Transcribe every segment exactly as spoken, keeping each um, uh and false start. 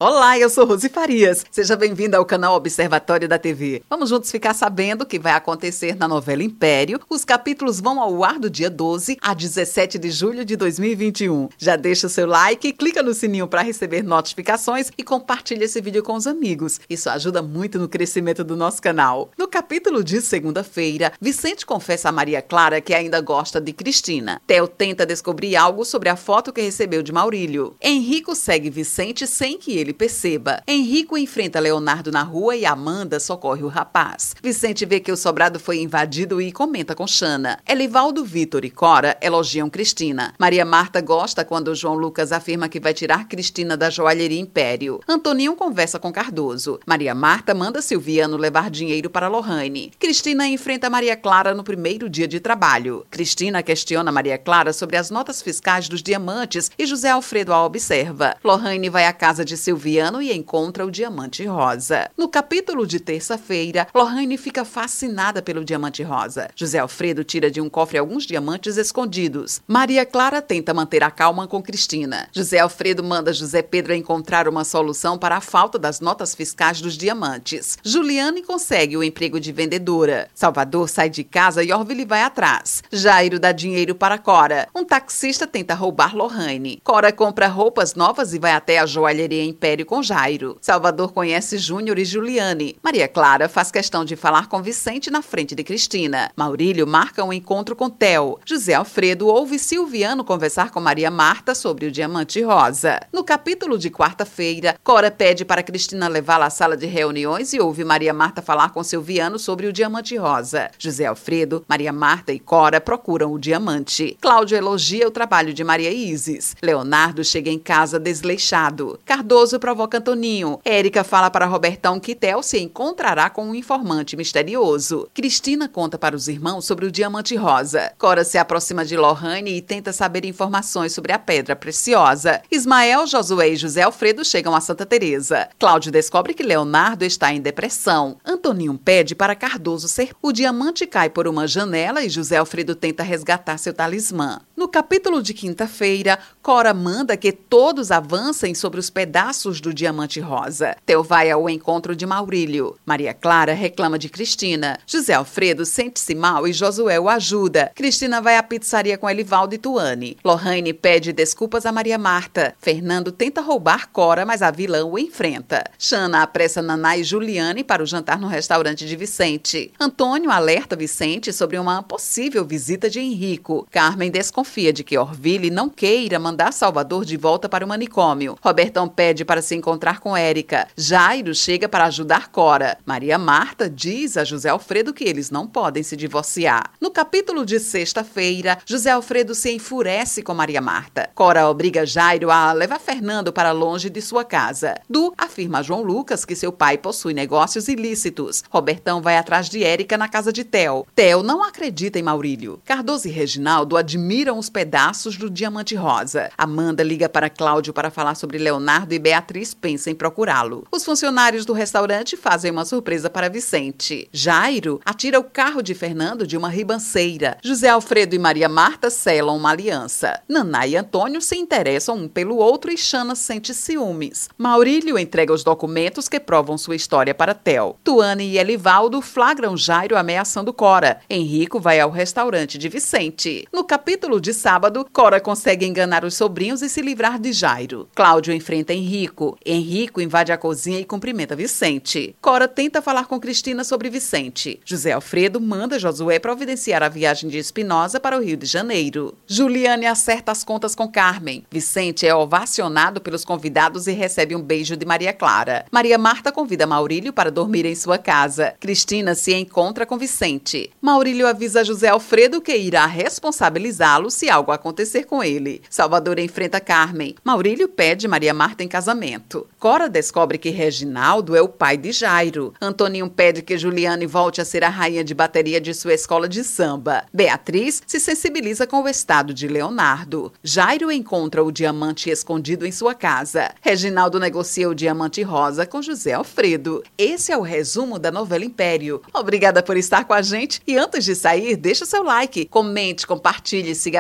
Olá, eu sou Rose Farias. Seja bem-vinda ao canal Observatório da T V. Vamos juntos ficar sabendo o que vai acontecer na novela Império. Os capítulos vão ao ar do dia doze a dezessete de julho de dois mil e vinte e um. Já deixa o seu like, clica no sininho para receber notificações e compartilha esse vídeo com os amigos. Isso ajuda muito no crescimento do nosso canal. No capítulo de segunda-feira, Vicente confessa a Maria Clara que ainda gosta de Cristina. Theo tenta descobrir algo sobre a foto que recebeu de Maurílio. Henrico segue Vicente sem que ele perceba. Henrico enfrenta Leonardo na rua e Amanda socorre o rapaz. Vicente vê que o sobrado foi invadido e comenta com Xana. Elivaldo, Vitor e Cora elogiam Cristina. Maria Marta gosta quando João Lucas afirma que vai tirar Cristina da joalheria Império. Antoninho conversa com Cardoso. Maria Marta manda Silviano levar dinheiro para Lohane. Cristina enfrenta Maria Clara no primeiro dia de trabalho. Cristina questiona Maria Clara sobre as notas fiscais dos diamantes e José Alfredo a observa. Lohane vai à casa de Silviano e encontra o diamante rosa. No capítulo de terça-feira, Lohane fica fascinada pelo diamante rosa. José Alfredo tira de um cofre alguns diamantes escondidos. Maria Clara tenta manter a calma com Cristina. José Alfredo manda José Pedro encontrar uma solução para a falta das notas fiscais dos diamantes. Juliane consegue o emprego de vendedora. Salvador sai de casa e Orville vai atrás. Jairo dá dinheiro para Cora. Um taxista tenta roubar Lohane. Cora compra roupas novas e vai até a joalheria Império com Jairo. Salvador conhece Júnior e Juliane. Maria Clara faz questão de falar com Vicente na frente de Cristina. Maurílio marca um encontro com Theo. José Alfredo ouve Silviano conversar com Maria Marta sobre o diamante rosa. No capítulo de quarta-feira, Cora pede para Cristina levá-la à sala de reuniões e ouve Maria Marta falar com Silviano sobre o diamante rosa. José Alfredo, Maria Marta e Cora procuram o diamante. Cláudio elogia o trabalho de Maria Isis. Leonardo chega em casa desleixado. Cardoso provoca Antoninho. Érica fala para Robertão que Theo se encontrará com um informante misterioso. Cristina conta para os irmãos sobre o diamante rosa. Cora se aproxima de Lohane e tenta saber informações sobre a pedra preciosa. Ismael, Josué e José Alfredo chegam a Santa Teresa. Cláudio descobre que Leonardo está em depressão. Antoninho pede para Cardoso ser. O diamante cai por uma janela e José Alfredo tenta resgatar seu talismã. No capítulo de quinta-feira, Cora manda que todos avancem sobre os pedaços do diamante rosa. Theo vai ao encontro de Maurílio. Maria Clara reclama de Cristina. José Alfredo sente-se mal e Josué o ajuda. Cristina vai à pizzaria com Elivaldo e Tuane. Lohane pede desculpas a Maria Marta. Fernando tenta roubar Cora, mas a vilã o enfrenta. Xana apressa Naná e Juliane para o jantar no restaurante de Vicente. Antônio alerta Vicente sobre uma possível visita de Henrico. Carmen desconfia de que Orville não queira mandar Salvador de volta para o manicômio. Robertão pede para se encontrar com Érica. Jairo chega para ajudar Cora. Maria Marta diz a José Alfredo que eles não podem se divorciar. No capítulo de sexta-feira, José Alfredo se enfurece com Maria Marta. Cora obriga Jairo a levar Fernando para longe de sua casa. Du afirma a João Lucas que seu pai possui negócios ilícitos. Robertão vai atrás de Érica na casa de Theo. Theo não acredita em Maurílio. Cardoso e Reginaldo admiram os pedaços do diamante rosa. Amanda liga para Cláudio para falar sobre Leonardo e Beatriz pensa em procurá-lo. Os funcionários do restaurante fazem uma surpresa para Vicente. Jairo atira o carro de Fernando de uma ribanceira. José Alfredo e Maria Marta selam uma aliança. Naná e Antônio se interessam um pelo outro e Xana sente ciúmes. Maurílio entrega os documentos que provam sua história para Theo. Tuane e Elivaldo flagram Jairo ameaçando Cora. Henrico vai ao restaurante de Vicente. No capítulo de sábado, Cora consegue enganar os sobrinhos e se livrar de Jairo. Cláudio enfrenta Henrico. Henrico invade a cozinha e cumprimenta Vicente. Cora tenta falar com Cristina sobre Vicente. José Alfredo manda Josué providenciar a viagem de Espinosa para o Rio de Janeiro. Juliane acerta as contas com Carmen. Vicente é ovacionado pelos convidados e recebe um beijo de Maria Clara. Maria Marta convida Maurílio para dormir em sua casa. Cristina se encontra com Vicente. Maurílio avisa José Alfredo que irá responsabilizá-lo se algo acontecer com ele. Salvador enfrenta Carmen. Maurílio pede Maria Marta em casamento. Cora descobre que Reginaldo é o pai de Jairo. Antoninho pede que Juliane volte a ser a rainha de bateria de sua escola de samba. Beatriz se sensibiliza com o estado de Leonardo. Jairo encontra o diamante escondido em sua casa. Reginaldo negocia o diamante rosa com José Alfredo. Esse é o resumo da novela Império. Obrigada por estar com a gente e antes de sair, deixa seu like, comente, compartilhe, siga a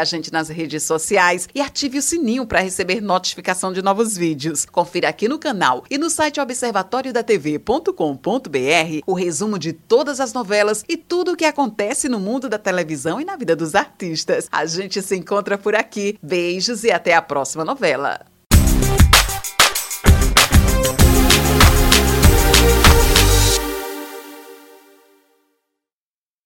a gente nas redes sociais e ative o sininho para receber notificação de novos vídeos. Confira aqui no canal e no site observatório da t v ponto com ponto b r o resumo de todas as novelas e tudo o que acontece no mundo da televisão e na vida dos artistas. A gente se encontra por aqui. Beijos e até a próxima novela.